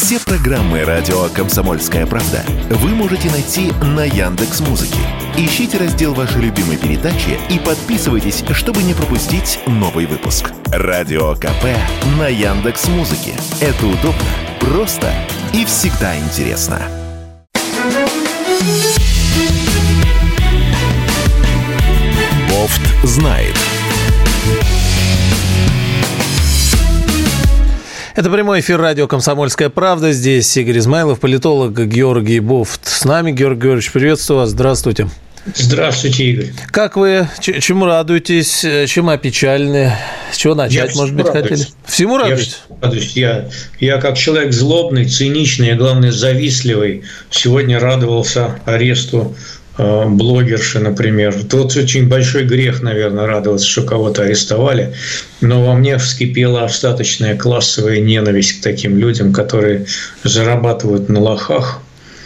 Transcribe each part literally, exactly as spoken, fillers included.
Все программы радио «Комсомольская правда» вы можете найти на Яндекс.Музыке. Ищите раздел вашей любимой передачи и подписывайтесь, чтобы не пропустить новый выпуск. Радио КП на Яндекс.Музыке. Это удобно, просто и всегда интересно. Бофт знает. Это прямой эфир радио «Комсомольская правда». Здесь Игорь Измайлов, политолог Георгий Бофт. С нами. Георгий Георгиевич, приветствую вас. Здравствуйте. Здравствуйте, Игорь. Как вы? Ч- чему радуетесь? Чем опечалены? С чего начать, я может быть, радуюсь. хотели? Всему радуетесь? Я, радуюсь. я, я как человек злобный, циничный, а главное, завистливый, сегодня радовался аресту э, блогерши, например. Вот очень большой грех, наверное, радоваться, что кого-то арестовали. Но во мне вскипела остаточная классовая ненависть к таким людям, которые зарабатывают на лохах,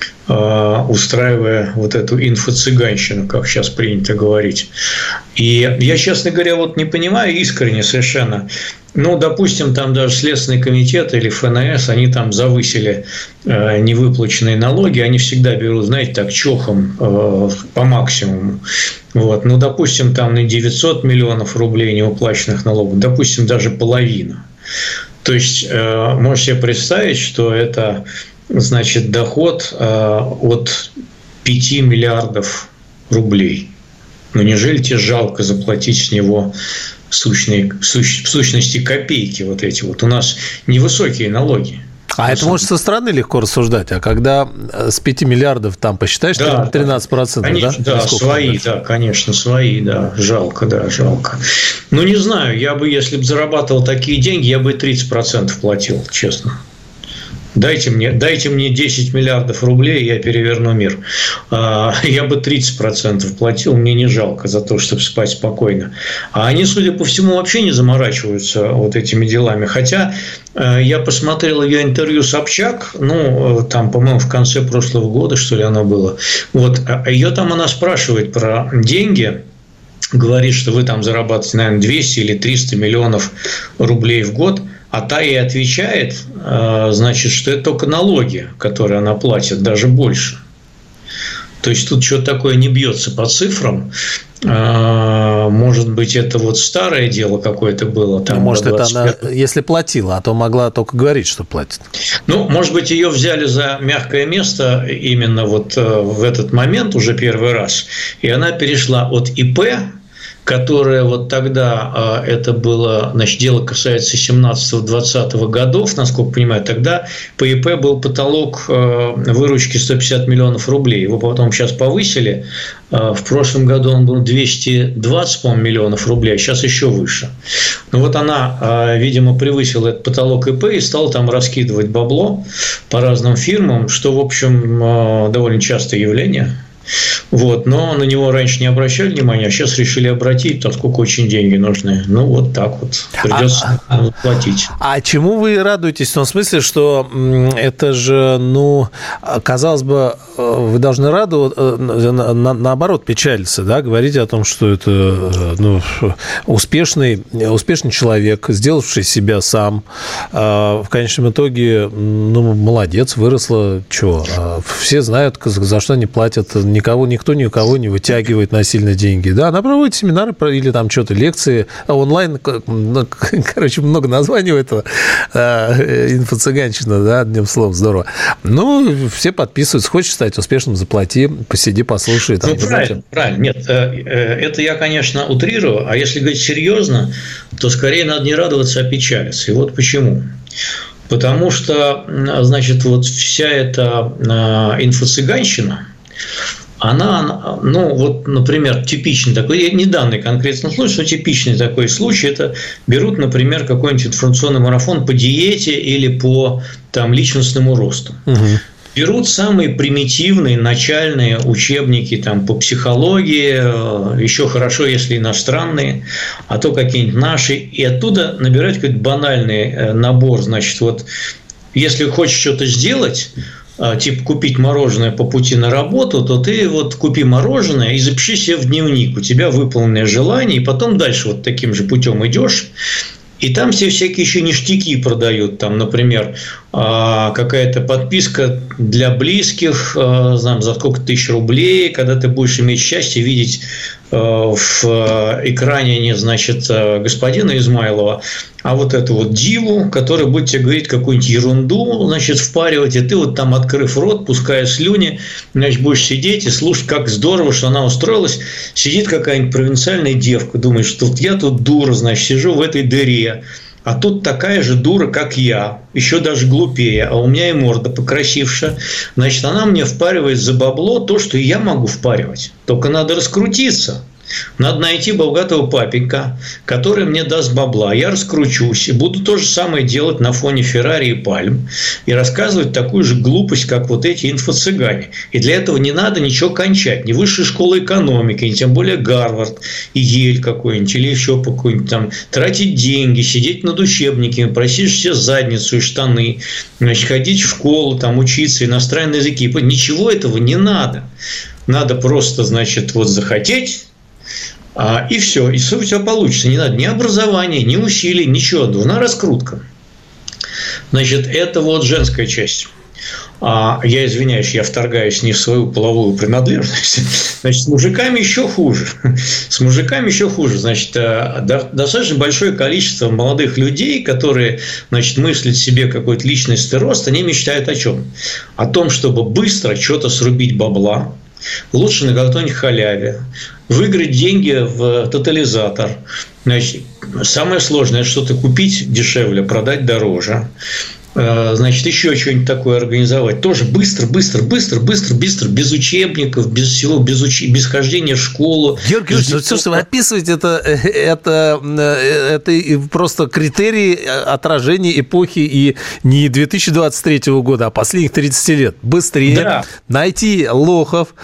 устраивая вот эту инфо-цыганщину, как сейчас принято говорить. И я, честно говоря, вот не понимаю искренне совершенно. Ну, допустим, там даже Следственный комитет или эф эн эс, они там завысили э, невыплаченные налоги, они всегда берут, знаете, так, чохом э, по максимуму. Вот. Ну, допустим, там на девятьсот миллионов рублей неуплаченных налогов, допустим, даже половина. То есть, э, можете себе представить, что это, значит, доход э, от пяти миллиардов рублей. Ну, неужели тебе жалко заплатить с него сущные, суч, в сущности копейки вот эти вот? У нас невысокие налоги. А это, может, со стороны легко рассуждать, а когда с пяти миллиардов там посчитаешь, да, тринадцать процентов, конечно, да? Да, свои, да, конечно, свои, да, жалко, да, жалко. Ну, не знаю, я бы, если бы зарабатывал такие деньги, я бы тридцать процентов платил, честно. Дайте мне, дайте мне десять миллиардов рублей, я переверну мир. Я бы тридцать процентов платил, мне не жалко за то, чтобы спать спокойно. А они, судя по всему, вообще не заморачиваются вот этими делами. Хотя я посмотрел ее интервью Собчак, ну, там, по-моему, в конце прошлого года, что ли, оно было. Вот, ее там она спрашивает про деньги. Говорит, что вы там зарабатываете, наверное, двести или триста миллионов рублей в год. А та ей отвечает, значит, что это только налоги, которые она платит, даже больше. То есть тут что-то такое не бьется по цифрам. Может быть, это вот старое дело какое-то было. Там, ну, может, это она, если платила, а то могла только говорить, что платит. Ну, может быть, ее взяли за мягкое место именно вот в этот момент уже первый раз. И она перешла от ИП, которое вот тогда, это было, значит, дело касается семнадцатого-двадцатого годов, насколько понимаю, тогда по ИП был потолок выручки сто пятьдесят миллионов рублей. Его потом сейчас повысили. В прошлом году он был двести двадцать, по-моему, миллионов рублей, а сейчас еще выше. Ну вот она, видимо, превысила этот потолок ИП и стала там раскидывать бабло по разным фирмам, что, в общем, довольно частое явление. Вот, но на него раньше не обращали внимания, а сейчас решили обратить, поскольку очень деньги нужны. Ну, вот так вот придется а, платить. А чему вы радуетесь? В том смысле, что это же, ну, казалось бы, вы должны радоваться, на, на, наоборот, печалиться, да, говорить о том, что это, ну, успешный, успешный человек, сделавший себя сам, в конечном итоге, ну, молодец, выросла, чего? Все знают, за что они платят. Никого, никто никого не вытягивает насильно деньги. Да, она проводит семинары или там что-то, лекции онлайн. Ну, короче, много названий у этого. Инфо-цыганщина, да, одним словом, здорово. Ну, все подписываются. Хочешь стать успешным, заплати, посиди, послушай. Там, ну, правильно, правильно. Нет, это я, конечно, утрирую. А если говорить серьезно, то скорее надо не радоваться, а печалиться. И вот почему. Потому что, значит, вот вся эта инфо-цыганщина, она, ну, вот, например, типичный такой, не данный конкретный случай, но типичный такой случай, это берут, например, какой-нибудь информационный марафон по диете или по там, личностному росту. Угу. Берут самые примитивные начальные учебники там, по психологии, еще хорошо, если иностранные, а то какие-нибудь наши, и оттуда набирать какой-то банальный набор, значит, вот, если хочешь что-то сделать, типа купить мороженое по пути на работу, то ты вот купи мороженое и запиши себе в дневник. У тебя выполненное желание, и потом дальше вот таким же путем идешь. И там все всякие еще ништяки продают. Там, например, какая-то подписка для близких, знам, за сколько тысяч рублей, когда ты будешь иметь счастье видеть в экране не, значит, господина Измайлова, а вот эту вот диву, которая будет тебе говорить какую-нибудь ерунду, значит, впаривать, и ты вот там, открыв рот, пуская слюни, значит, будешь сидеть и слушать, как здорово, что она устроилась. Сидит какая-нибудь провинциальная девка, думает, что вот я тут дура, значит, сижу в этой дыре, а тут такая же дура, как я, еще даже глупее, а у меня и морда покрасившая. Значит, она мне впаривает за бабло то, что и я могу впаривать. Только надо раскрутиться. Надо найти богатого папенька, который мне даст бабла. Я раскручусь и буду то же самое делать на фоне Феррари и Пальм и рассказывать такую же глупость, как вот эти инфо-цыгане. И для этого не надо ничего кончать. Ни высшей школы экономики, ни тем более Гарвард и Ель какой-нибудь, или еще какой-нибудь там. Тратить деньги, сидеть над учебниками, просить все задницу и штаны, значит, ходить в школу, там, учиться, иностранные языки. Ничего этого не надо. Надо просто, значит, вот захотеть. А, и все, и все у тебя получится. Не надо ни образования, ни усилий, ничего. Нужна раскрутка. Значит, это вот женская часть. А, я извиняюсь, я вторгаюсь не в свою половую принадлежность. Значит, с мужиками еще хуже. С мужиками еще хуже. Значит, достаточно большое количество молодых людей, которые, значит, мыслят себе какой-то личностный рост, они мечтают о чем? О том, чтобы быстро что-то срубить бабла, лучше на какой-нибудь халяве, выиграть деньги в тотализатор. Значит, самое сложное – что-то купить дешевле, продать дороже. Значит, еще что-нибудь такое организовать. Тоже быстро, быстро, быстро, быстро, быстро, без учебников, без всего, без, уч... без хождения в школу. Георгий Георгиевич, ну, все, что вы описываете, это, это, это просто критерии отражения эпохи и не две тысячи двадцать третьего года, а последних тридцати лет. Быстрее да. найти лохов,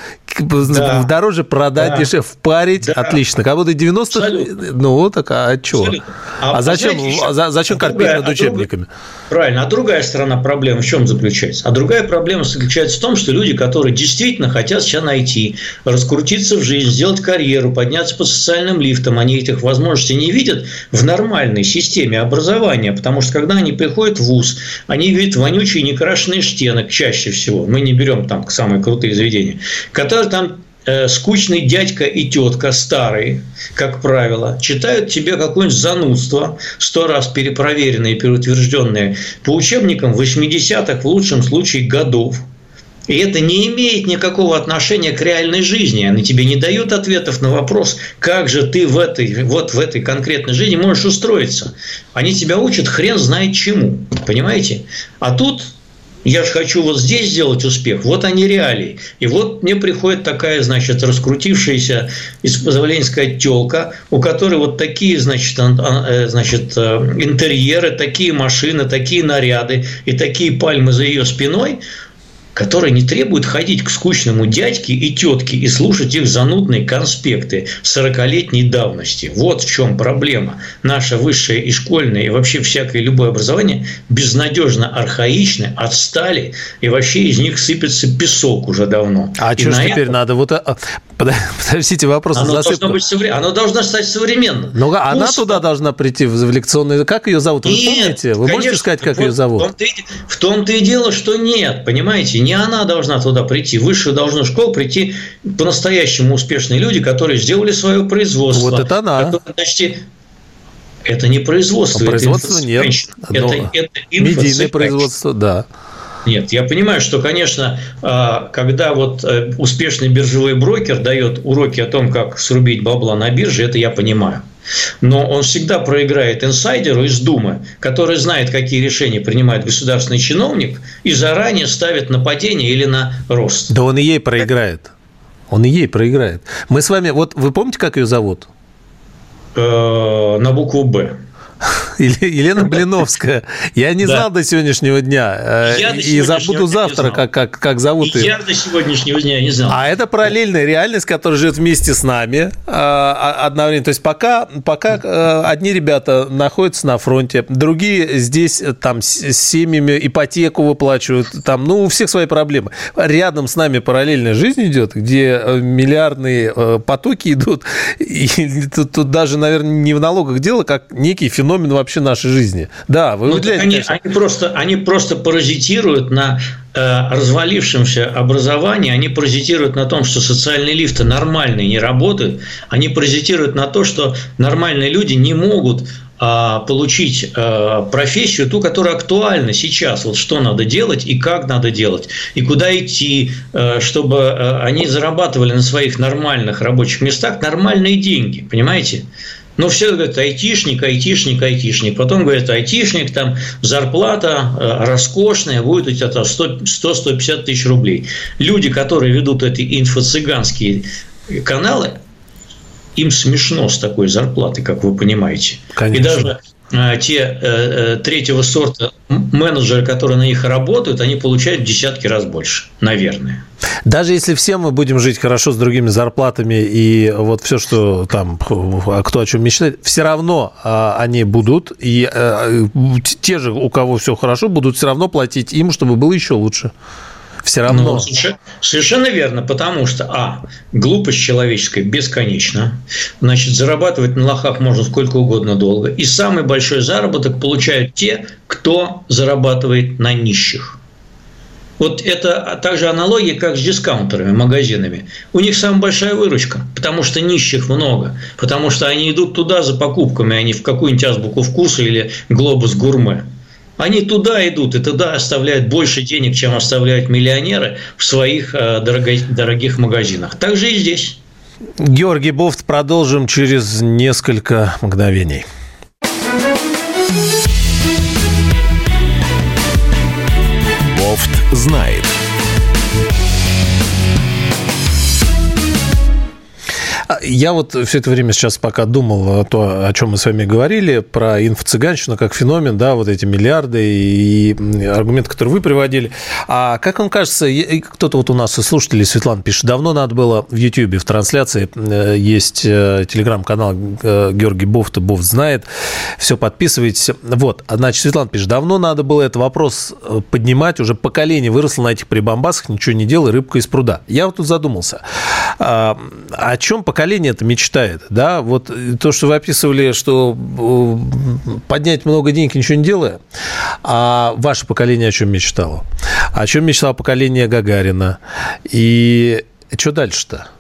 да. дороже продать, да. дешевле впарить. Да. Отлично. Кого-то девяностых, абсолютно. Ну, так, а что? А, а зачем, а зачем корпеть над а учебниками? Другая, правильно. А другая сторона проблемы в чем заключается? А другая проблема заключается в том, что люди, которые действительно хотят сейчас найти, раскрутиться в жизнь, сделать карьеру, подняться по социальным лифтам, они этих возможностей не видят в нормальной системе образования, потому что когда они приходят в вуз, они видят вонючие некрашенные стены чаще всего, мы не берем там самые крутые заведения, которые там скучный дядька и тетка старые, как правило, читают тебе какое-нибудь занудство, сто раз перепроверенное и переутвержденное по учебникам восьмидесятых, в лучшем случае, годов. И это не имеет никакого отношения к реальной жизни. Они тебе не дают ответов на вопрос, как же ты в этой, вот в этой конкретной жизни можешь устроиться. Они тебя учат хрен знает чему. Понимаете? А тут... Я же хочу вот здесь сделать успех, вот они реалии. И вот мне приходит такая, значит, раскрутившаяся, из позволения сказать, тёлка, у которой вот такие, значит, значит, интерьеры, такие машины, такие наряды и такие пальмы за ее спиной, которые не требуют ходить к скучному дядьке и тетке и слушать их занудные конспекты сорокалетней давности. Вот в чем проблема. Наше высшее и школьное, и вообще всякое любое образование безнадежно архаичны, отстали, и вообще из них сыпется песок уже давно. А что ж теперь это... надо? Вот, подождите, вопрос. Оно, должно быть совре... Оно должно стать современным. Но Пусть... она туда должна прийти в лекционный... Как ее зовут? Вы нет, помните? Вы конечно, можете сказать, как вот ее зовут? В том-то, и... в том-то и дело, что нет, понимаете? Не она должна туда прийти. В высшую должны школу прийти по-настоящему успешные люди, которые сделали свое производство. Вот это она. Которые, значит, это не производство. А производства нет. Это, это медийное производство, да. Нет, я понимаю, что, конечно, когда вот успешный биржевой брокер дает уроки о том, как срубить бабла на бирже, это я понимаю. Но он всегда проиграет инсайдеру из Думы, который знает, какие решения принимает государственный чиновник, и заранее ставит на падение или на рост. Да он и ей проиграет. Он и ей проиграет. Мы с вами... Вот вы помните, как ее зовут? На букву «Б». Елена Блиновская. Я не да. знал до сегодняшнего дня. Я и забуду завтра, как, как, как зовут и ее. Я до сегодняшнего дня не знал. А это параллельная реальность, которая живет вместе с нами одновременно. То есть пока, пока одни ребята находятся на фронте, другие здесь там с семьями ипотеку выплачивают. Там, ну, у всех свои проблемы. Рядом с нами параллельная жизнь идет, где миллиардные потоки идут. И тут, тут даже, наверное, не в налогах дело, как некий феномен феномен вообще нашей жизни. Да, вы ну, выделяете, они, они, просто, они просто паразитируют на э, развалившемся образовании, они паразитируют на том, что социальные лифты нормальные не работают, они паразитируют на то, что нормальные люди не могут получить профессию, ту, которая актуальна сейчас, вот что надо делать и как надо делать, и куда идти, чтобы они зарабатывали на своих нормальных рабочих местах нормальные деньги, понимаете? Но все говорят, айтишник, айтишник, айтишник. Потом говорят, айтишник, там зарплата роскошная, будет у тебя сто - сто пятьдесят тысяч рублей. Люди, которые ведут эти инфо-цыганские каналы, им смешно с такой зарплатой, как вы понимаете. Конечно. И даже а, те а, третьего сорта менеджеры, которые на них работают, они получают в десятки раз больше, наверное. Даже если все мы будем жить хорошо с другими зарплатами и вот все, что там, кто о чем мечтает, все равно а, они будут, и а, те же, у кого все хорошо, будут все равно платить им, чтобы было еще лучше. Все равно. Ну, совершенно, совершенно верно, потому что, а, глупость человеческая бесконечна, значит, зарабатывать на лохах можно сколько угодно долго, и самый большой заработок получают те, кто зарабатывает на нищих. Вот это также аналогия, как с дискаунтерами, магазинами. У них самая большая выручка, потому что нищих много, потому что они идут туда за покупками, а не в какую-нибудь азбуку вкуса или глобус гурме. Они туда идут и туда оставляют больше денег, чем оставляют миллионеры в своих дорогих, дорогих магазинах. Так же и здесь. Георгий Бофт, продолжим через несколько мгновений. Бофт знает. Я вот все это время сейчас пока думал то, о чем мы с вами говорили, про инфо-цыганщину как феномен, да, вот эти миллиарды и аргументы, которые вы приводили. А как вам кажется, кто-то вот у нас из слушателей, Светлана пишет, давно надо было в Ютьюбе в трансляции, есть телеграм-канал Георгий Бофт, Бофт знает, все, подписывайтесь. Вот, значит, Светлана пишет, давно надо было этот вопрос поднимать, уже поколение выросло на этих прибамбасах, ничего не делай, рыбка из пруда. Я вот тут задумался, о чем поколение это мечтает, да, вот то, что вы описывали, что поднять много денег, ничего не делая, а ваше поколение о чем мечтало? О чем мечтало поколение Гагарина? И что дальше-то?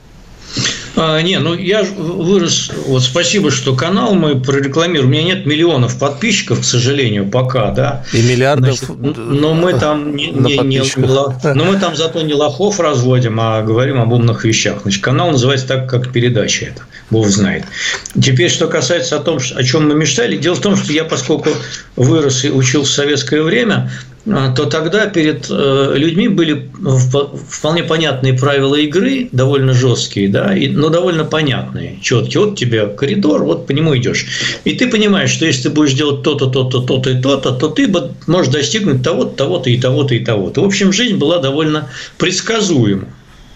А, не, ну я вырос, вот спасибо, что канал мы прорекламируем. У меня нет миллионов подписчиков, к сожалению, пока, да. И миллиардов. Значит, но мы там не, не, не, не, но мы там зато не лохов разводим, а говорим об умных вещах. Значит, канал называется так, как передача эта. Бог знает. Теперь, что касается о том, о чем мы мечтали, дело в том, что я, поскольку вырос и учился в советское время, то тогда перед людьми были вполне понятные правила игры, довольно жесткие, да, но довольно понятные, четкие. Вот тебе коридор, вот по нему идешь. И ты понимаешь, что если ты будешь делать то-то, то-то, то-то и то-то, то ты можешь достигнуть того-то, того-то и того-то и того-то. В общем, жизнь была довольно предсказуема.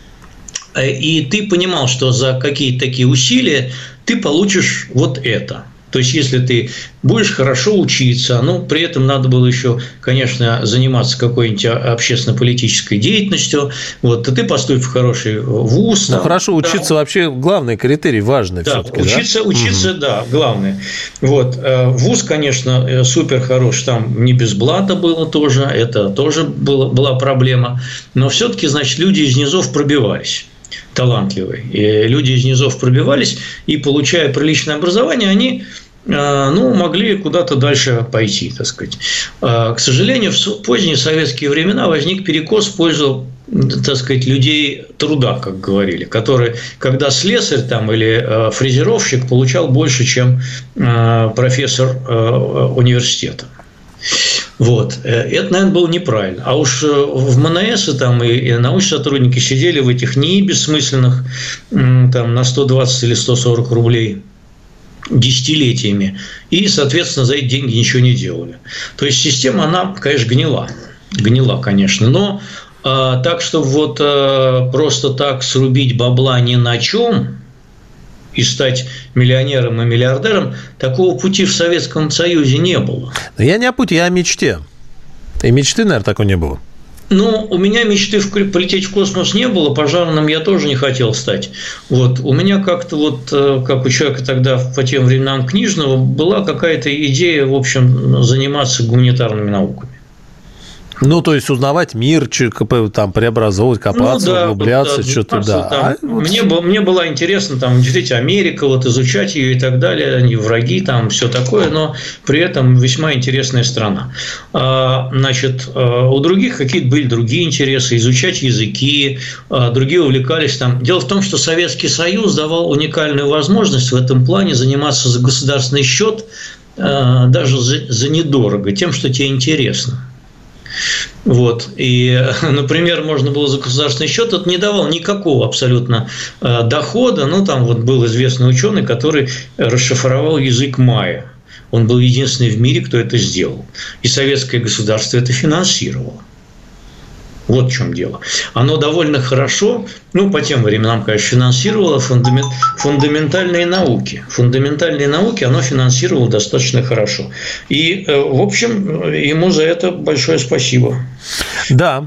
И ты понимал, что за какие-то такие усилия ты получишь вот это. То есть, если ты будешь хорошо учиться, ну, при этом надо было еще, конечно, заниматься какой-нибудь общественно-политической деятельностью, вот, то ты поступишь в хороший вуз. Ну, там, хорошо учиться, да. Вообще главный критерий, важный да, все-таки, учиться, да? учиться, угу. Да, главное. Вот, вуз, конечно, супер хороший, там не без блата было тоже, это тоже было, была проблема, но все-таки, значит, люди из низов пробивались. Талантливые. И люди из низов пробивались, и, получая приличное образование, они ну, могли куда-то дальше пойти, так сказать. К сожалению, в поздние советские времена возник перекос в пользу, так сказать, людей труда, как говорили, которые, когда слесарь там, или фрезеровщик получал больше, чем профессор университета. Вот. Это, наверное, было неправильно. А уж в МНС там и научные сотрудники сидели в этих НИИ бессмысленных там, на сто двадцать или сто сорок рублей десятилетиями. И, соответственно, за эти деньги ничего не делали. То есть, система, она, конечно, гнила. Гнила, конечно. Но а, так, что вот а, просто так срубить бабла ни на чем и стать миллионером и миллиардером, такого пути в Советском Союзе не было. Но я не о пути, я о мечте. И мечты, наверное, такой не было. Ну, у меня мечты полететь в космос не было, пожарным я тоже не хотел стать. Вот. У меня как-то вот, как у человека тогда по тем временам книжного, была какая-то идея, в общем, заниматься гуманитарными науками. Ну, то есть узнавать мир, там, преобразовывать, копаться, ну, да, углубляться, да, что-то, да. А, мне, вот... мне было интересно там, действительно, Америка, вот, изучать ее и так далее, они враги, там, все такое, но при этом весьма интересная страна. А, значит, у других какие-то были другие интересы, изучать языки, другие увлекались там. Дело в том, что Советский Союз давал уникальную возможность в этом плане заниматься за государственный счет даже за, за недорого, тем, что тебе интересно. Вот. И, например, можно было за государственный счет, это не давал никакого абсолютно дохода. Ну, там вот был известный ученый, который расшифровал язык майя. Он был единственный в мире, кто это сделал. И советское государство это финансировало. Вот в чем дело. Оно довольно хорошо, ну, по тем временам, конечно, финансировало фундамент, фундаментальные науки. Фундаментальные науки оно финансировало достаточно хорошо. И, в общем, ему за это большое спасибо. Да,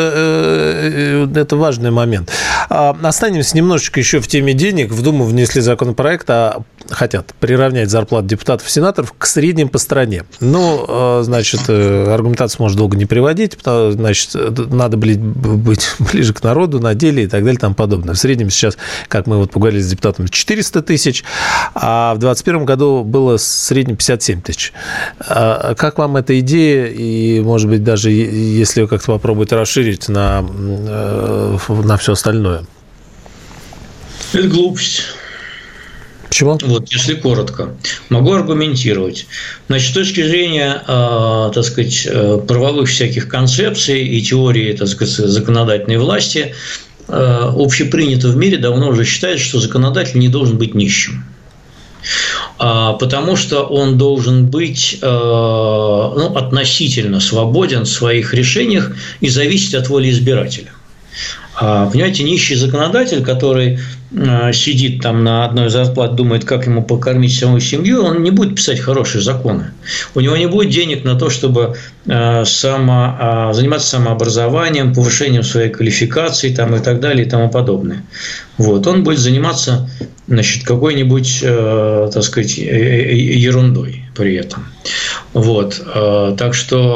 это, это важный момент. Останемся немножечко еще в теме денег. В Думу внесли законопроект, а хотят приравнять зарплату депутатов и сенаторов к средним по стране. Ну, значит, аргументацию можно долго не приводить, потому, значит, надо быть ближе к народу, на деле и так далее и тому подобное. В среднем сейчас, как мы вот поговорили с депутатами, четыреста тысяч, а в двадцать первом году было в среднем пятьдесят семь тысяч. Как вам эта идея? И, может быть, даже если вы как-то попробуете расширить на, на все остальное? Это глупость. Почему? Вот, если коротко. Могу аргументировать. Значит, с точки зрения, э, так сказать, правовых всяких концепций и теории, так сказать, законодательной власти, э, общепринято в мире давно уже считается, что законодатель не должен быть нищим. Потому что он должен быть э, ну, относительно свободен в своих решениях и зависеть от воли избирателя. Понимаете, нищий законодатель, который сидит там на одной зарплате, думает, как ему покормить саму семью, он не будет писать хорошие законы. У него не будет денег на то, чтобы само, заниматься самообразованием, повышением своей квалификации там, и так далее и тому подобное. Вот. Он будет заниматься, значит, какой-нибудь, так сказать, ерундой при этом. Вот. Так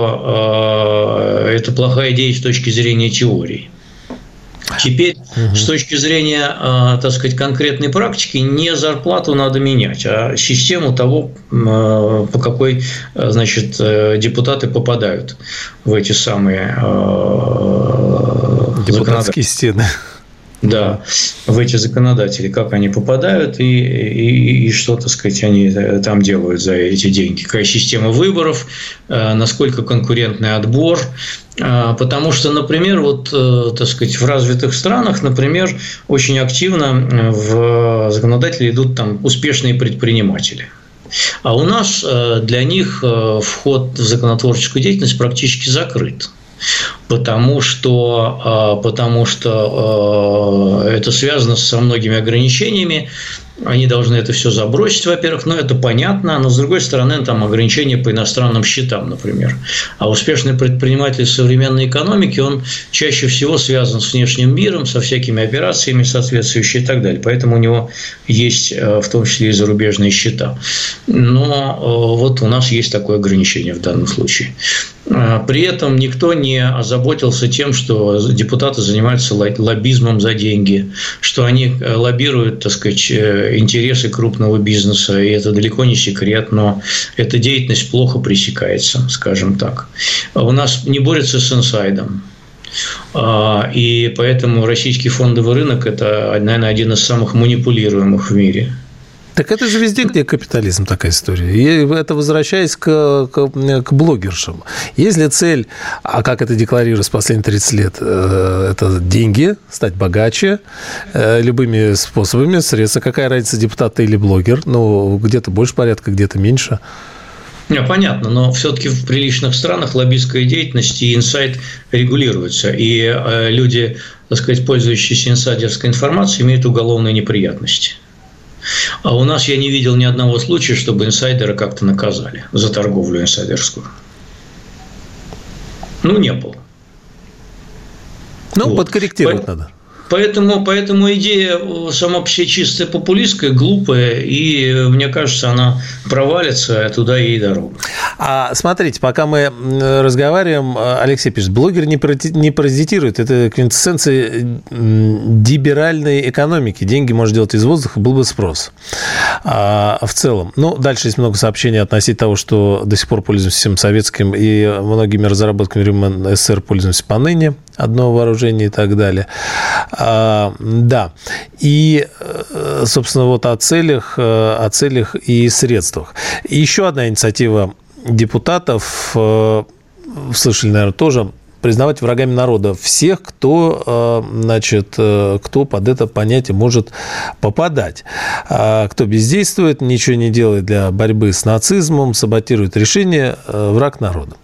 что это плохая идея с точки зрения теории. Теперь, угу. с точки зрения, так сказать, конкретной практики, не зарплату надо менять, а систему того, по какой, значит, депутаты попадают в эти самые депутатские стены. Да, в эти законодатели, как они попадают и, и, и что, так сказать, они там делают за эти деньги. Какая система выборов, насколько конкурентный отбор. Потому что, например, вот, так сказать, в развитых странах, например, очень активно в законодатели идут там успешные предприниматели. А у нас для них вход в законотворческую деятельность практически закрыт. Потому что, потому что это связано со многими ограничениями. Они должны это все забросить, во-первых, но это понятно, но с другой стороны, там ограничения по иностранным счетам, например. А успешный предприниматель современной экономики, он чаще всего связан с внешним миром, со всякими операциями соответствующими и так далее. Поэтому у него есть в том числе и зарубежные счета. Но вот у нас есть такое ограничение в данном случае. При этом никто не озаботился тем, что депутаты занимаются лоббизмом за деньги, что они лоббируют, так сказать, интересы крупного бизнеса, и это далеко не секрет, но эта деятельность плохо пресекается, скажем так. У нас не борются с инсайдом. И поэтому российский фондовый рынок – это, наверное, один из самых манипулируемых в мире. Так это же везде, где капитализм, такая история. И это возвращаясь к, к, к блогершам. Если цель, а как это декларируется последние тридцать лет, это деньги, стать богаче, любыми способами, средства. Какая разница, депутат ты или блогер? Ну, где-то больше порядка, где-то меньше. Не, понятно, но все-таки в приличных странах лоббистская деятельность и инсайд регулируются. И люди, так сказать, пользующиеся инсайдерской информацией, имеют уголовные неприятности. А у нас я не видел ни одного случая, чтобы инсайдера как-то наказали за торговлю инсайдерскую. Ну, не было. Ну, вот. подкорректировать По... надо. Поэтому, поэтому идея сама по себе чистая популистская, глупая, и, мне кажется, она провалится, а туда ей дорога. А смотрите, пока мы разговариваем, Алексей пишет, блогер не паразитирует, это квинтэссенция либеральной экономики. Деньги можно делать из воздуха, был бы спрос. А в целом. Ну, дальше есть много сообщений относительно того, что до сих пор пользуемся всем советским и многими разработками времен СССР пользуемся поныне, одно вооружение и так далее. А, да. И, собственно, вот о целях, о целях и средствах. И еще одна инициатива депутатов, слышали, наверное, тоже, признавать врагами народа всех, кто, значит, кто под это понятие может попадать. Кто бездействует, ничего не делает для борьбы с нацизмом, саботирует решение, враг народа.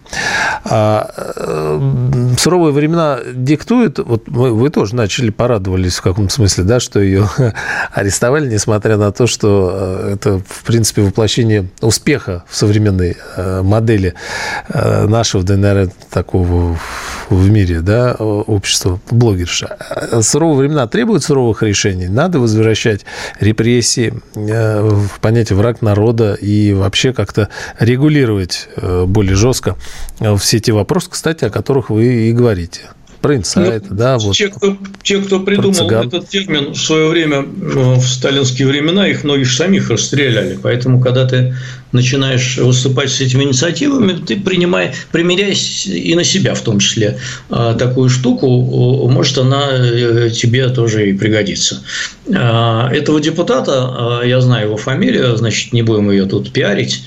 Суровые времена диктуют, вот вы, вы тоже начали, порадовались в каком-то смысле, да, что ее арестовали, несмотря на то, что это, в принципе, воплощение успеха в современной модели нашего, да, наверное, такого в мире, да, общества блогерша. Суровые времена требуют суровых решений, надо возвращать репрессии в понятие враг народа и вообще как-то регулировать более жестко все те вопросы, кстати, о которых вы и говорите. Про инсайт, ну, да. Вот, те, кто, те, кто придумал этот термин в свое время, в сталинские времена, их многих самих расстреляли. Поэтому, когда ты начинаешь выступать с этими инициативами, ты принимай, примеряй и на себя в том числе такую штуку, может, она тебе тоже и пригодится. Этого депутата, я знаю его фамилию, значит, не будем ее тут пиарить,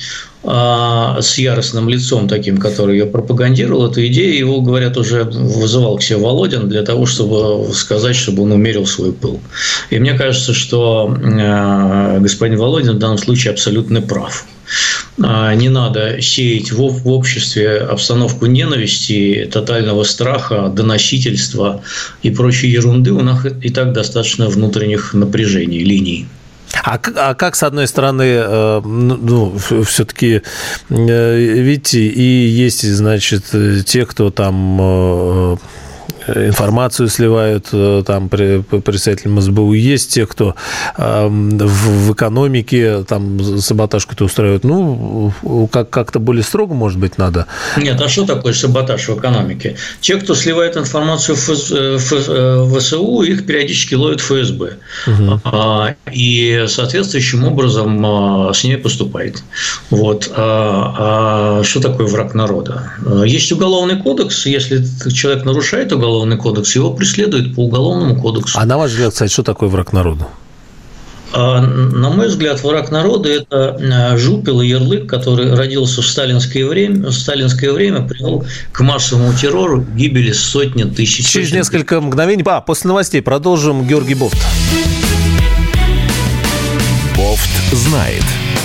с яростным лицом таким, который ее пропагандировал, эту идею, его, говорят, уже вызывал к себе Володин для того, чтобы сказать, чтобы он умерил свой пыл. И мне кажется, что господин Володин в данном случае абсолютно прав. Не надо сеять в обществе обстановку ненависти, тотального страха, доносительства и прочей ерунды. У нас и так достаточно внутренних напряжений, линий. А, а как, с одной стороны, ну, все-таки, видите, и есть, значит, те, кто там информацию сливают, там, представителям эс бэ у, есть те, кто э, в, в экономике там саботаж какой-то устраивает. Ну, как- как-то более строго, может быть, надо. Нет, а что такое саботаж в экономике? Те, кто сливает информацию в, в, в эс у, их периодически ловит эф эс бэ. Угу. А, и соответствующим образом а, с ней поступает. Вот. А, а что такое враг народа? Есть уголовный кодекс. Если человек нарушает уголовный кодекс, его преследуют по уголовному кодексу. А на ваш взгляд, кстати, что такое враг народа? На мой взгляд, враг народа – это жупел и ярлык, который родился в сталинское время, в сталинское время привел к массовому террору, гибели сотни тысяч. Через несколько мгновений, а, после новостей продолжим. Георгий Бофт. Бофт знает.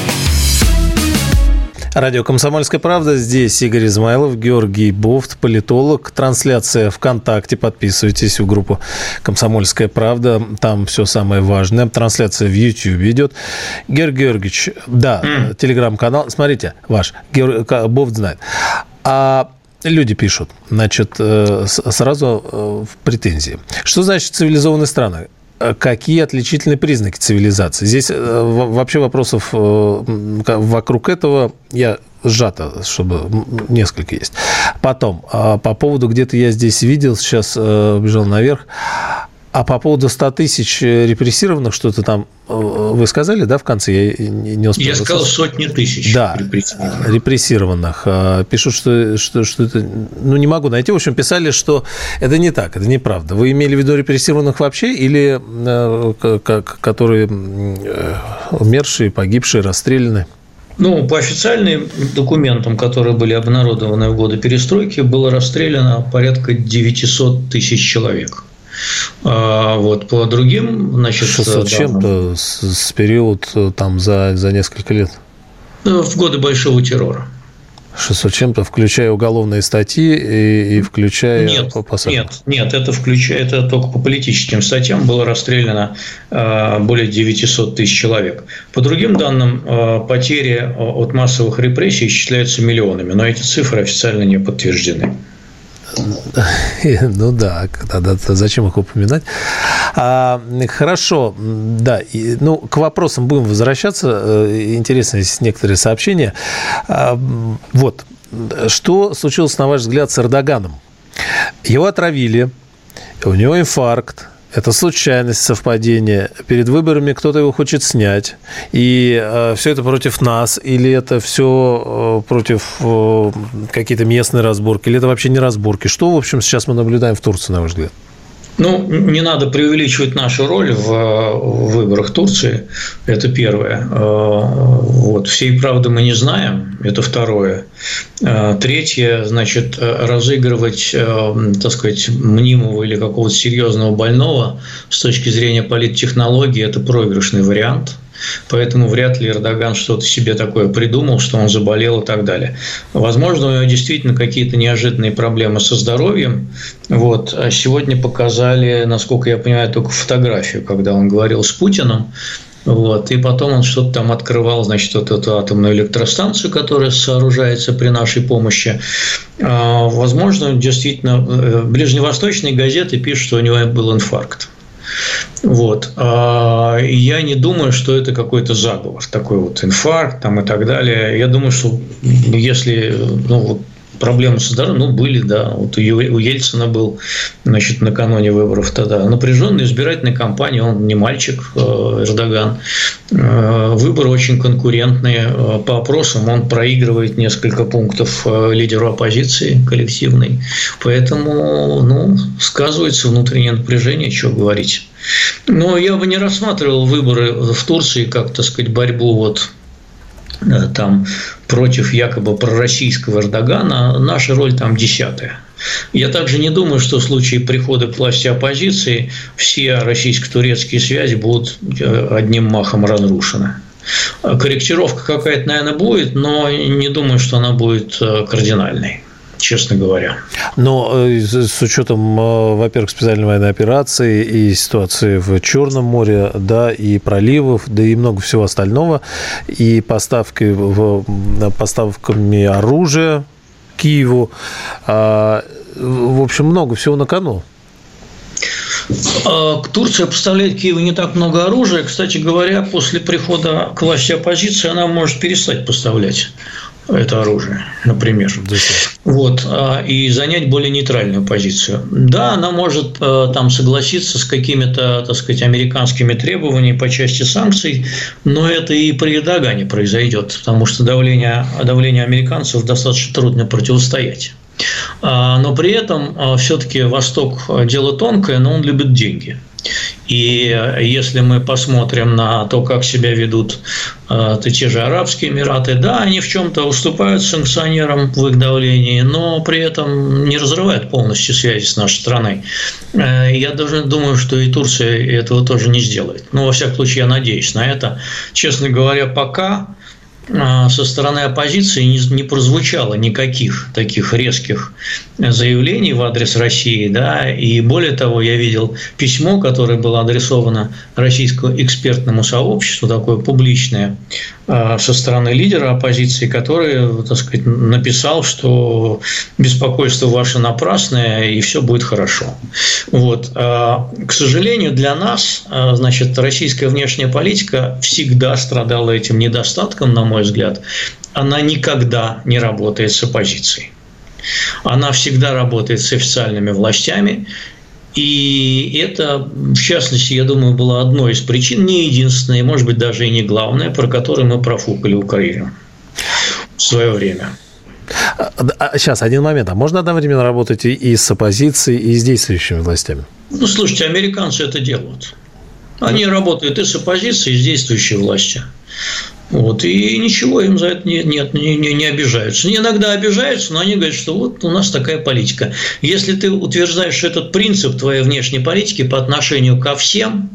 Радио «Комсомольская правда». Здесь Игорь Измайлов, Георгий Бофт, политолог. Трансляция ВКонтакте. Подписывайтесь в группу «Комсомольская правда». Там все самое важное. Трансляция в Ютьюбе идет. Георгий Георгиевич, да, mm. телеграм-канал. Смотрите, ваш. Георгий Бофт знает. А люди пишут, значит, сразу в претензии. Что значит цивилизованные страны? Какие отличительные признаки цивилизации? Здесь вообще вопросов вокруг этого я сжато, чтобы несколько есть. Потом, по поводу, где-то я здесь видел, сейчас бежал наверх, а по поводу ста тысяч репрессированных, что-то там вы сказали, да, в конце? Я не успел. Я сказал сотни тысяч да, репрессированных. репрессированных. Пишут, что, что, что это... Ну, не могу найти. В общем, писали, что это не так, это неправда. Вы имели в виду репрессированных вообще или которые умершие, погибшие, расстреляны? Ну, по официальным документам, которые были обнародованы в годы перестройки, было расстреляно порядка девятьсот тысяч человек. А вот по другим, значит, шестьсот чем-то с, с период там за, за несколько лет. В годы большого террора. шестьсот чем-то, включая уголовные статьи и, и включая... Нет, нет, нет, это включает, это только по политическим статьям было расстреляно э, более девятьсот тысяч человек. По другим данным, э, потери от массовых репрессий исчисляются миллионами, но эти цифры официально не подтверждены. Ну да, тогда зачем их упоминать? А, хорошо, да. И, ну, к вопросам будем возвращаться. Интересно, есть некоторые сообщения. А, вот. Что случилось, на ваш взгляд, с Эрдоганом? Его отравили, у него инфаркт. Это случайность, совпадение. Перед выборами кто-то его хочет снять. И э, все это против нас? Или это все э, против э, какие-то местные разборки? Или это вообще не разборки? Что, в общем, сейчас мы наблюдаем в Турции, на ваш взгляд? Ну, не надо преувеличивать нашу роль в выборах Турции. Это первое. Вот. Всей правды мы не знаем. Это второе. Третье, значит, разыгрывать, так сказать, мнимого или какого-то серьезного больного с точки зрения политтехнологии – это проигрышный вариант. Поэтому вряд ли Эрдоган что-то себе такое придумал, что он заболел и так далее. Возможно, у него действительно какие-то неожиданные проблемы со здоровьем. Вот. А сегодня показали, насколько я понимаю, только фотографию, когда он говорил с Путиным. Вот. И потом он что-то там открывал, значит, вот эту атомную электростанцию, которая сооружается при нашей помощи. Возможно, действительно, ближневосточные газеты пишут, что у него был инфаркт. Вот. Я не думаю, что это какой-то заговор, такой вот инфаркт там и так далее. Я думаю, что если ну, проблемы со здоровьем, ну, были, да. Вот у Ельцина был, значит, накануне выборов тогда напряженная избирательная кампания, он не мальчик, Эрдоган. Выборы очень конкурентные. По опросам он проигрывает несколько пунктов лидеру оппозиции коллективной. Поэтому, ну, сказывается внутреннее напряжение, что говорить. Но я бы не рассматривал выборы в Турции как, так сказать, борьбу вот там против якобы пророссийского Эрдогана. Наша роль там десятая. Я также не думаю, что в случае прихода к власти оппозиции все российско-турецкие связи будут одним махом разрушены. Корректировка какая-то, наверное, будет, но не думаю, что она будет кардинальной, честно говоря. Но с учетом, во-первых, специальной военной операции и ситуации в Черном море, да, и проливов, да и много всего остального, и поставки, поставками оружия Киеву, в общем, много всего на кону. Турция поставляет Киеву не так много оружия. Кстати говоря, после прихода к власти оппозиции она может перестать поставлять это оружие, например. Вот, и занять более нейтральную позицию. Да, она может там согласиться с какими-то, так сказать, американскими требованиями по части санкций, но это и при Эрдогане произойдет, потому что давление, давлению американцев достаточно трудно противостоять. Но при этом все-таки Восток – дело тонкое, но он любит деньги. И если мы посмотрим на то, как себя ведут те же Арабские Эмираты, да, они в чем-то уступают санкционерам в их давлении, но при этом не разрывают полностью связи с нашей страной. Я даже думаю, что и Турция этого тоже не сделает. Ну, во всяком случае, я надеюсь на это. Честно говоря, пока со стороны оппозиции не, не прозвучало никаких таких резких заявлений в адрес России, да, и более того, я видел письмо, которое было адресовано российскому экспертному сообществу, такое публичное, со стороны лидера оппозиции, который, так сказать, написал, что беспокойство ваше напрасное и все будет хорошо. Вот. К сожалению, для нас, значит, российская внешняя политика всегда страдала этим недостатком, на мой взгляд. Она никогда не работает с оппозицией. Она всегда работает с официальными властями. И это, в частности, я думаю, была одной из причин, не единственной, может быть, даже и не главная, про которую мы профукали Украину в свое время. Сейчас, один момент. А можно одновременно работать и с оппозицией, и с действующими властями? Ну, слушайте, американцы это делают. Они работают и с оппозицией, и с действующей властью. Вот, и ничего им за это не, нет, не, не, не обижаются. Иногда обижаются, но они говорят, что вот у нас такая политика. Если ты утверждаешь этот принцип твоей внешней политики по отношению ко всем,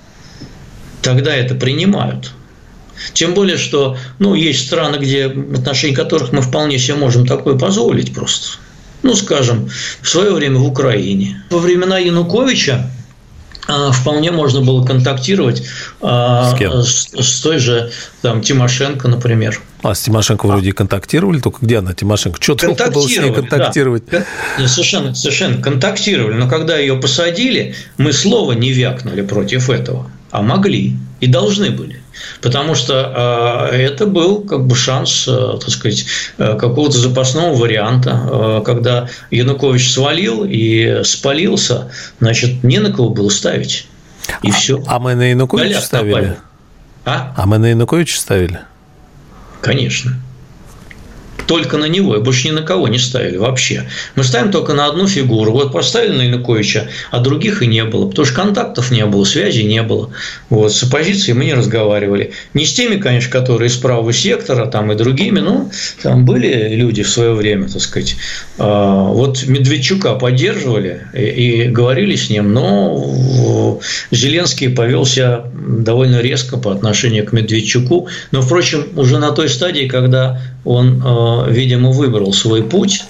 тогда это принимают. Тем более, что ну, есть страны, где, в отношении которых мы вполне себе можем такое позволить просто. Ну, скажем, в свое время в Украине. Во времена Януковича вполне можно было контактировать с, с, с той же там, Тимошенко, например. А с Тимошенко вроде и контактировали, только где она, Тимошенко? Что толку было с ней контактировать? Да. Совершенно, совершенно контактировали, но когда ее посадили, мы слова не вякнули против этого, а могли и должны были. Потому что э, это был как бы шанс, э, так сказать, э, какого-то запасного варианта. Э, когда Янукович свалил и спалился, значит, не на кого было ставить. И а, все. А мы на Януковича ставили? А? а мы на Януковича ставили? Конечно. Только на него, и больше ни на кого не ставили вообще. Мы ставим только на одну фигуру. Вот поставили на Януковича, а других и не было. Потому что контактов не было, связи не было. Вот, с оппозицией мы не разговаривали. Не с теми, конечно, которые из правого сектора, там и другими, но там были люди в свое время, так сказать. Вот Медведчука поддерживали и, и говорили с ним, но Зеленский повел себя довольно резко по отношению к Медведчуку. Но, впрочем, уже на той стадии, когда он, видимо, выбрал свой путь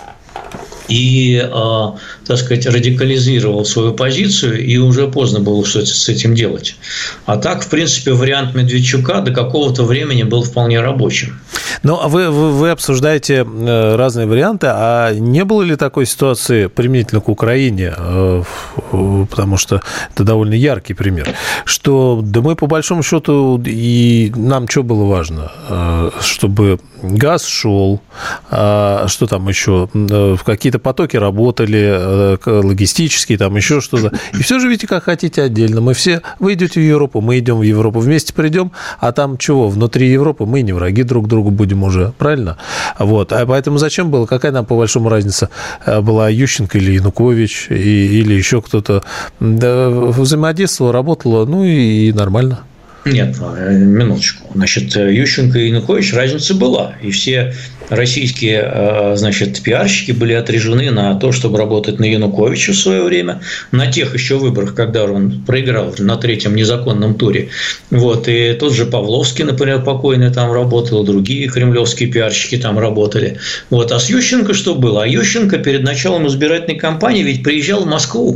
и, так сказать, радикализировал свою позицию, и уже поздно было что-то с этим делать. А так, в принципе, вариант Медведчука до какого-то времени был вполне рабочим. Ну, а вы, вы, вы обсуждаете разные варианты, а не было ли такой ситуации применительно к Украине, потому что это довольно яркий пример, что, да мы по большому счету, и нам что было важно, чтобы газ шел, что там еще, какие-то потоки работали, логистические, там еще что-то, и все живите как хотите отдельно, мы все, вы идете в Европу, мы идем в Европу, вместе придем, а там чего, внутри Европы мы не враги друг другу будем уже, правильно? Вот. А поэтому зачем было? Какая нам, по большому, разница была, Ющенко или Янукович, и, или еще кто-то? Да, взаимодействовало, работало, ну и, и нормально. Нет, минуточку. Значит, Ющенко и Янукович разница была. И все российские, значит, пиарщики были отряжены на то, чтобы работать на Януковича в свое время, на тех еще выборах, когда он проиграл на третьем незаконном туре. Вот. И тот же Павловский, например, покойный там работал, другие кремлевские пиарщики там работали. Вот. А с Ющенко что было? А Ющенко перед началом избирательной кампании ведь приезжал в Москву.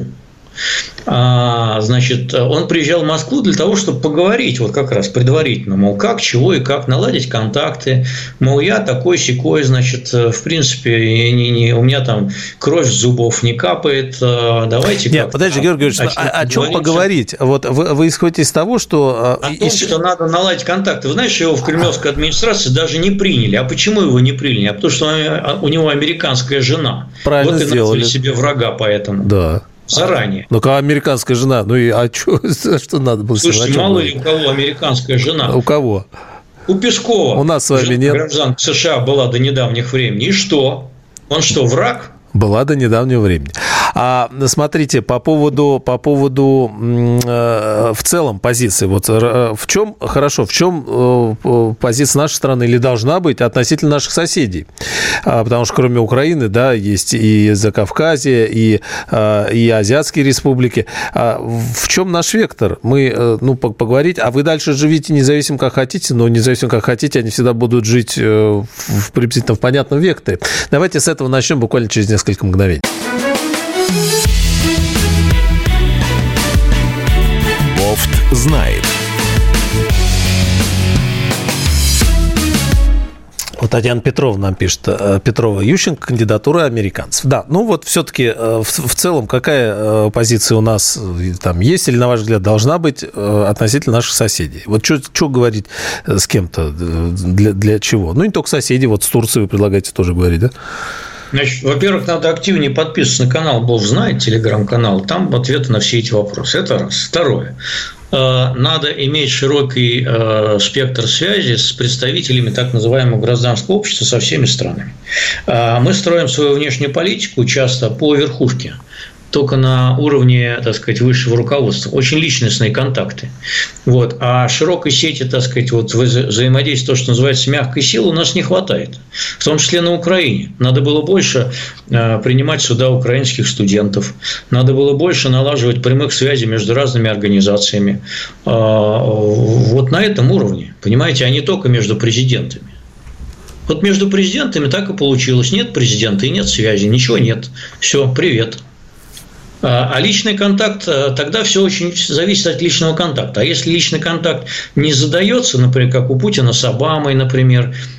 А, значит, он приезжал в Москву для того, чтобы поговорить вот как раз предварительно, мол, как, чего и как, наладить контакты, мол, я такой-сякой, значит, в принципе, не, не, у меня там кровь с зубов не капает, давайте... Нет, подожди, Георгий Георгиевич, о, о чем поговорить? Вот вы, вы исходите из того, что... О том, что надо наладить контакты. Вы знаете, его в кремлевской администрации даже не приняли. А почему его не приняли? А потому что у него американская жена. Правильно вот и сделали. назвали себе врага поэтому. Да. Заранее. Ну, как американская жена, ну и а что, что надо было? Слушайте, мало ли у кого американская жена. У кого? У Пескова. У нас с вами нет. Гражданка США была до недавних времени. И что? Он что, враг? Была до недавнего времени. А смотрите, по поводу, по поводу э, в целом позиции, вот э, в чем, хорошо, в чем э, позиция нашей страны или должна быть относительно наших соседей? А, потому что кроме Украины, да, есть и Закавказье, и, э, и Азиатские республики. А в чем наш вектор? Мы, э, ну, поговорить, а вы дальше живите независимо как хотите, но независимо как хотите, они всегда будут жить э, в приблизительно в понятном векторе. Давайте с этого начнем буквально через несколько мгновений. Бофт знает. Вот Татьяна Петровна нам пишет, Петрова, Ющенко, кандидатура американцев. Да, ну вот все-таки в, в целом какая позиция у нас там есть или, на ваш взгляд, должна быть относительно наших соседей? Вот что говорить с кем-то, для, для чего? Ну, не только соседи, вот с Турцией вы предлагаете тоже говорить, да? Значит, во-первых, надо активнее подписываться на канал Бог знает, телеграм-канал. Там ответы на все эти вопросы. Это раз. Второе. Надо иметь широкий спектр связи с представителями так называемого гражданского общества со всеми странами. Мы строим свою внешнюю политику часто по верхушке. Только на уровне, так сказать, высшего руководства. Очень личностные контакты. Вот. А широкой сети, так сказать, вот взаимодействия, то, что называется мягкой силой, у нас не хватает. В том числе на Украине. Надо было больше принимать сюда украинских студентов. Надо было больше налаживать прямых связей между разными организациями. Вот на этом уровне. Понимаете, а не только между президентами. Вот между президентами так и получилось. Нет президента и нет связи. Ничего нет. Все, привет. А личный контакт, тогда все очень зависит от личного контакта. А если личный контакт не задается, например, как у Путина с Обамой, например,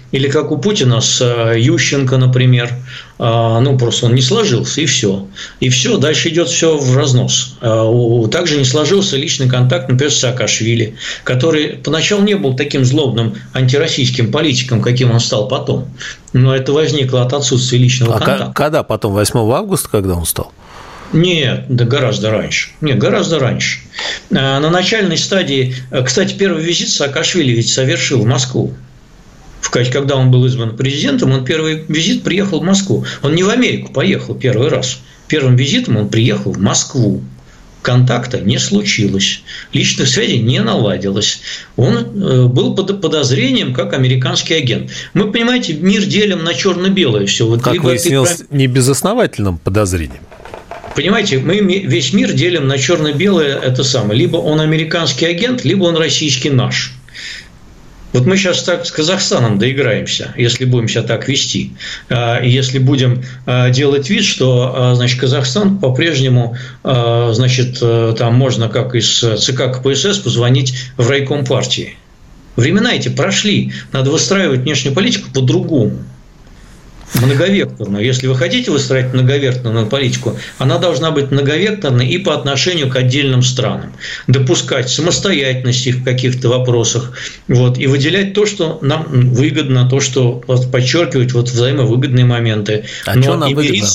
Или как у Путина с Ющенко, например. Ну, просто он не сложился, и все. И все, дальше идет все в разнос. Также не сложился личный контакт, например, с Саакашвили, который поначалу не был таким злобным антироссийским политиком, каким он стал потом. Но это возникло от отсутствия личного а контакта. Когда потом? восьмого августа, когда он стал? Нет, да гораздо раньше. Нет, гораздо раньше. На начальной стадии, кстати, первый визит Саакашвили ведь совершил в Москву. Когда он был избран президентом, он первый визит приехал в Москву. Он не в Америку поехал первый раз. Первым визитом он приехал в Москву. Контакта не случилось. Личных связей не наладилось. Он был под подозрением как американский агент. Мы, понимаете, мир делим на черно-белое все. Вот как выяснилось, это... не безосновательным подозрением. Понимаете, мы весь мир делим на черно-белое это самое. Либо он американский агент, либо он российский наш. Вот мы сейчас так с Казахстаном доиграемся, если будем себя так вести. Если будем делать вид, что, значит, Казахстан по-прежнему, значит, там можно, как из ЦК КПСС, позвонить в райком партии. Времена эти прошли. Надо выстраивать внешнюю политику по-другому. Многовекторную. Если вы хотите выстраивать многовекторную политику, она должна быть многовекторной и по отношению к отдельным странам. Допускать самостоятельности в каких-то вопросах, вот, и выделять то, что нам выгодно, то, что вот, подчеркивать вот, взаимовыгодные моменты. А но что нам выгодно?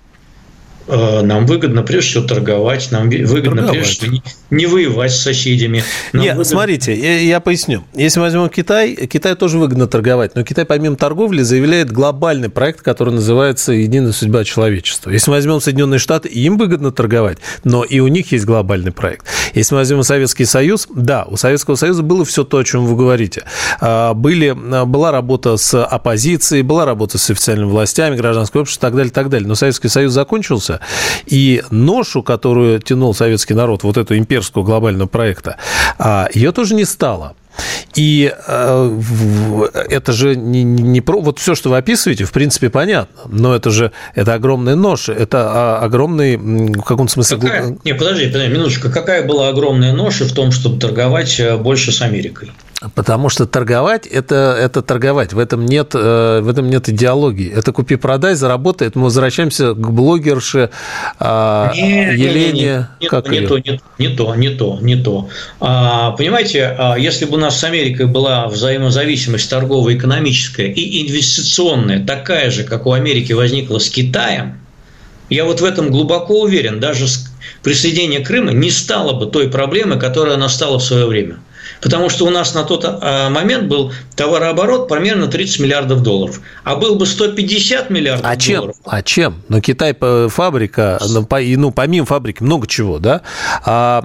Нам выгодно, прежде всего, торговать, нам выгодно, торговать. прежде всего, не, не воевать с соседями. Нам Нет, выгодно... смотрите, я, я поясню. Если мы возьмем Китай, Китаю тоже выгодно торговать, но Китай, помимо торговли, заявляет глобальный проект, который называется «Единая судьба человечества». Если мы возьмем Соединенные Штаты, им выгодно торговать, но и у них есть глобальный проект. Если мы возьмем Советский Союз, да, у Советского Союза было все то, о чем вы говорите. Были, была работа с оппозицией, была работа с официальными властями, гражданское общество и так далее, так далее. Но Советский Союз закончился, и ношу, которую тянул советский народ, вот эту имперского глобального проекта, ее тоже не стало. И э, это же не, не про... Вот все, что вы описываете, в принципе, понятно. Но это же это огромная ноша, это огромный, в каком-то смысле... Какая... Не, подожди, подожди, минуточку. Какая была огромная ноша в том, чтобы торговать больше с Америкой? Потому что торговать это, – это торговать. В этом, нет, в этом нет идеологии. Это купи-продай, заработай. Это мы возвращаемся к блогерше а, не, Елене. Не, не, не, как не, то, не, не то, не то, не то. А, понимаете, если бы у нас с Америкой была взаимозависимость торговая, экономическая и инвестиционная, такая же, как у Америки возникла с Китаем, я вот в этом глубоко уверен, даже присоединение Крыма не стало бы той проблемой, которая она стала в свое время. Потому что у нас на тот момент был товарооборот примерно тридцать миллиардов долларов. А был бы сто пятьдесят миллиардов а чем? долларов. А чем? Но Китай фабрика, ну, помимо фабрики много чего, да? А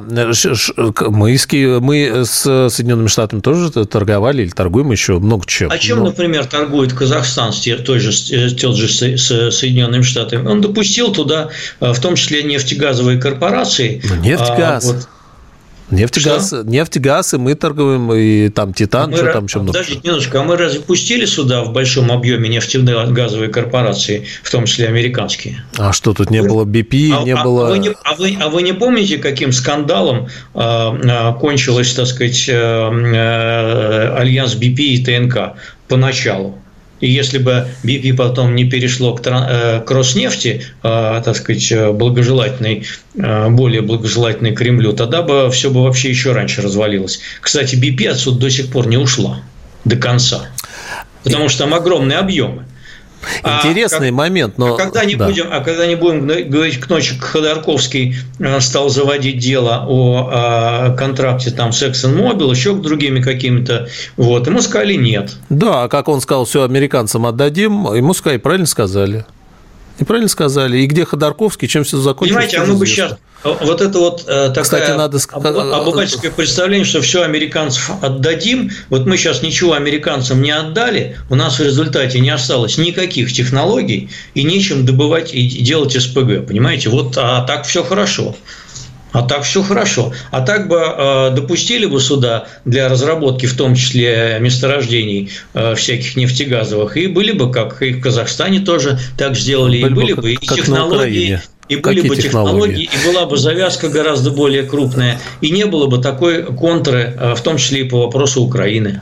мы, мы с Соединенными Штатами тоже торговали или торгуем еще много чего. А чем, Но... например, торгует Казахстан с той же, тот же с Соединенными Штатами? Он допустил туда, в том числе, нефтегазовые корпорации. Ну, нефть-газ. А, вот. Нефтегаз, нефтегаз, и мы торгуем, и там титан, мы, что там еще много. Подождите немножко, а мы разве пустили сюда в большом объеме нефтегазовые корпорации, в том числе американские? А что, тут не вы... было би пи, а, не а, было... А вы не, а, вы, а вы не помните, каким скандалом э, э, кончилась, так сказать, э, э, альянс би пи и тэ эн ка поначалу? И если бы би пи потом не перешло к, к Роснефти, так сказать, благожелательной, более благожелательной Кремлю, тогда бы все бы вообще еще раньше развалилось. Кстати, би пи отсюда до сих пор не ушла до конца, потому что там огромные объемы. Интересный а, момент, но... А когда, не да. будем, а когда не будем говорить к ночи, Ходорковский стал заводить дело о, о контракте там, с ExxonMobil, еще к другими какими-то, вот, ему сказали нет. Да, как он сказал, все американцам отдадим, ему сказали, правильно сказали. И правильно сказали. И где Ходорковский, чем все закончилось? Понимаете, а мы бы сейчас... Вот это вот такое Кстати, надо... обывательское представление, что все американцев отдадим. Вот мы сейчас ничего американцам не отдали, у нас в результате не осталось никаких технологий и нечем добывать и делать эс пэ гэ. Понимаете, вот а так все хорошо. А так все хорошо. А так бы э, допустили бы сюда для разработки, в том числе месторождений э, всяких нефтегазовых, и были бы, как и в Казахстане тоже так сделали, были и были бы, бы как, и технологии. И были Какие бы технологии, технологии, и была бы завязка гораздо более крупная, и не было бы такой контры, в том числе и по вопросу Украины.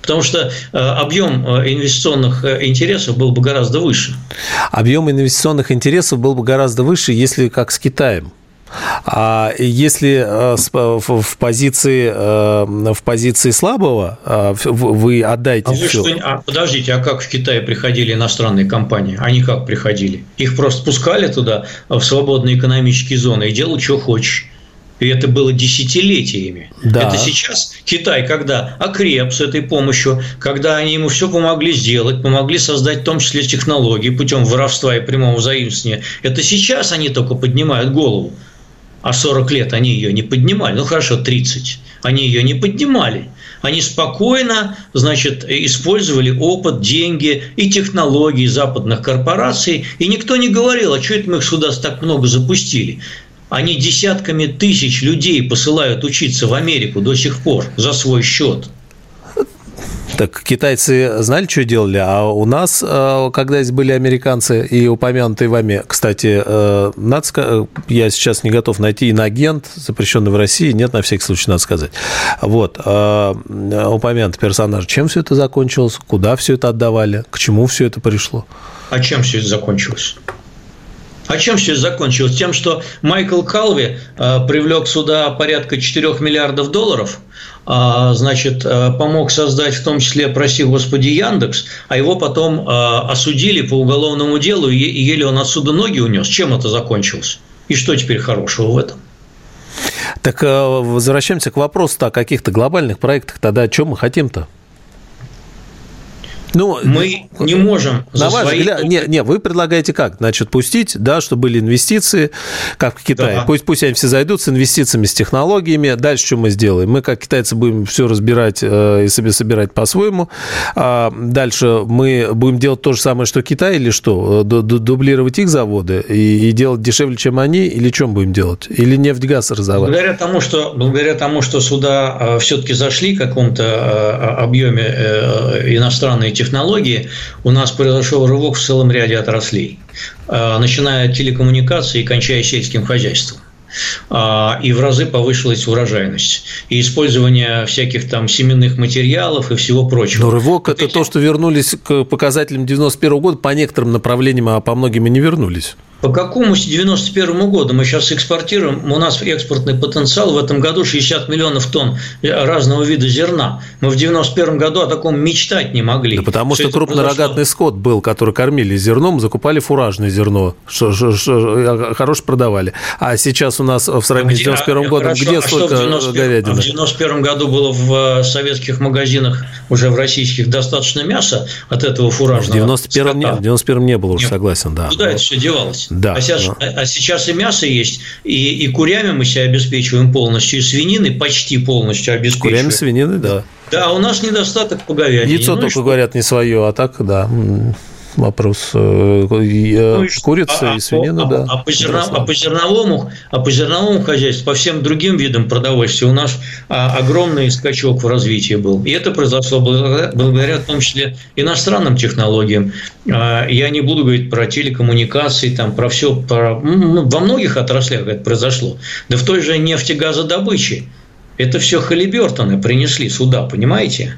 потому что объем инвестиционных интересов был бы гораздо выше. Объем инвестиционных интересов был бы гораздо выше, если как с Китаем. А если в позиции, в позиции слабого вы отдаете а все... Что, а, подождите, а как в Китае приходили иностранные компании? Они как приходили? Их просто пускали туда, в свободные экономические зоны, и делали, что хочешь. И это было десятилетиями. Да. Это сейчас Китай, когда окреп с этой помощью, когда они ему все помогли сделать, помогли создать в том числе технологии путем воровства и прямого заимствования, это сейчас они только поднимают голову. А сорок лет они ее не поднимали. Ну, хорошо, тридцать. Они ее не поднимали. Они спокойно, значит, использовали опыт, деньги и технологии западных корпораций. И никто не говорил, а что это мы их сюда так много запустили. Они десятками тысяч людей посылают учиться в Америку до сих пор за свой счет. Так китайцы знали, что делали, а у нас, когда здесь были американцы и упомянутые вами, кстати, надо сказать, я сейчас не готов найти иноагент, запрещенный в России, нет, на всякий случай надо сказать. Вот, упомянутый персонаж, чем все это закончилось, куда все это отдавали, к чему все это пришло? А чем все это закончилось? А чем все это закончилось? Тем, что Майкл Калви привлек сюда порядка четырёх миллиардов долларов, значит, помог создать в том числе, прости господи, Яндекс, а его потом осудили по уголовному делу, и еле он отсюда ноги унес. Чем это закончилось? И что теперь хорошего в этом? Так возвращаемся к вопросу о каких-то глобальных проектах. Тогда о чем мы хотим-то? Ну, мы не можем на ваш свои... взгляд, не, не, вы предлагаете как? Значит, пустить, да, чтобы были инвестиции, как в Китае. Да. Пусть, пусть они все зайдут с инвестициями, с технологиями. Дальше что мы сделаем? Мы, как китайцы, будем все разбирать э, и себе собирать по-своему. А дальше мы будем делать то же самое, что Китай, или что? Дублировать их заводы и, и делать дешевле, чем они? Или что мы будем делать? Или нефть, газ раздавать? Благодаря тому, что, благодаря тому, что сюда э, все-таки зашли в каком-то э, объеме э, иностранные технологии, технологии, у нас произошел рывок в целом ряде отраслей, начиная от телекоммуникаций и кончая сельским хозяйством. И в разы повысилась урожайность. И использование всяких там семенных материалов и всего прочего. Но рывок – это то, что вернулись к показателям девяносто первого года по некоторым направлениям, а по многим и не вернулись. По какому девяносто первому году мы сейчас экспортируем? У нас экспортный потенциал в этом году шестьдесят миллионов тонн разного вида зерна. Мы в девяносто первом году о таком мечтать не могли. Да потому что, что крупнорогатный скот был, который кормили зерном, закупали фуражное зерно, что, что, что хорошо продавали. А сейчас у нас в сравнении с девяносто первым годом, хорошо, где а столько говядины? В девяносто первом году было в советских магазинах, уже в российских, достаточно мяса от этого фуражного. В девяносто первом не, в девяносто первом не было, уже согласен, да. Куда это все девалось? Да, а, сейчас, да. а сейчас и мясо есть, и, и курями мы себя обеспечиваем полностью, и свинины почти полностью обеспечиваем. Курями, свинины, да. Да, у нас недостаток по говядине. Яйцо ну, только что? Говорят не свое, а так, да. Вопрос ну, курица а, и свинина, а, да. А по, зерна, а, по зерновому, а по зерновому хозяйству, по всем другим видам продовольствия у нас а, огромный скачок в развитии был. И это произошло благодаря, благодаря в том числе иностранным технологиям. А, я не буду говорить про телекоммуникации, там, про все, про, ну, во многих отраслях это произошло. Да в той же нефтегазодобыче. Это все Халибертоны принесли сюда, понимаете?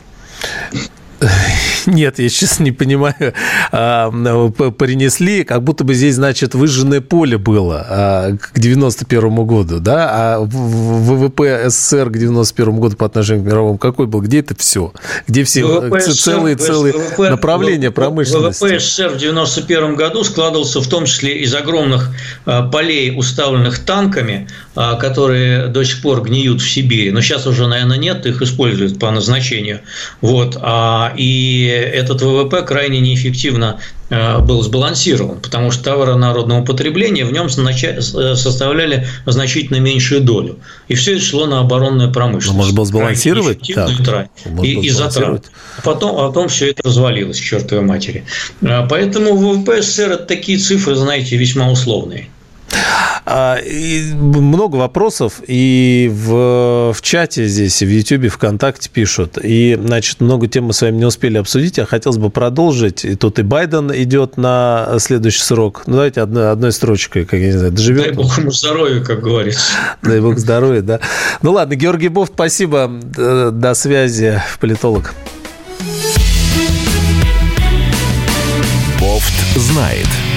Нет, я сейчас не понимаю. Принесли, как будто бы здесь, значит, выжженное поле было к девяносто первому году, да? А ВВП СССР к девяносто первому году по отношению к мировому какой был? Где это все? Где все целые, целые направления промышленности? ВВП СССР в девяносто первом году складывался в том числе из огромных полей, уставленных танками, которые до сих пор гниют в Сибири. Но сейчас уже, наверное, нет, их используют по назначению. Вот. И этот ВВП крайне неэффективно был сбалансирован, потому что товары народного потребления в нем составляли значительно меньшую долю. И все это шло на оборонную промышленность. Может было сбалансировать? Так. И, и затрат. А потом, а потом все это развалилось к чертовой матери. Поэтому ВВП СССР – это такие цифры, знаете, весьма условные. И много вопросов и в, в чате здесь, и в Ютьюбе, ВКонтакте пишут. И, значит, много тем мы с вами не успели обсудить. А хотелось бы продолжить. И тут и Байден идет на следующий срок. Ну, давайте одной, одной строчкой, как я не знаю, доживет. Дай бог ему здоровья, как говорится. Дай бог здоровья, да. Ну, ладно, Георгий Бофт, спасибо. До связи, политолог. Софт знает.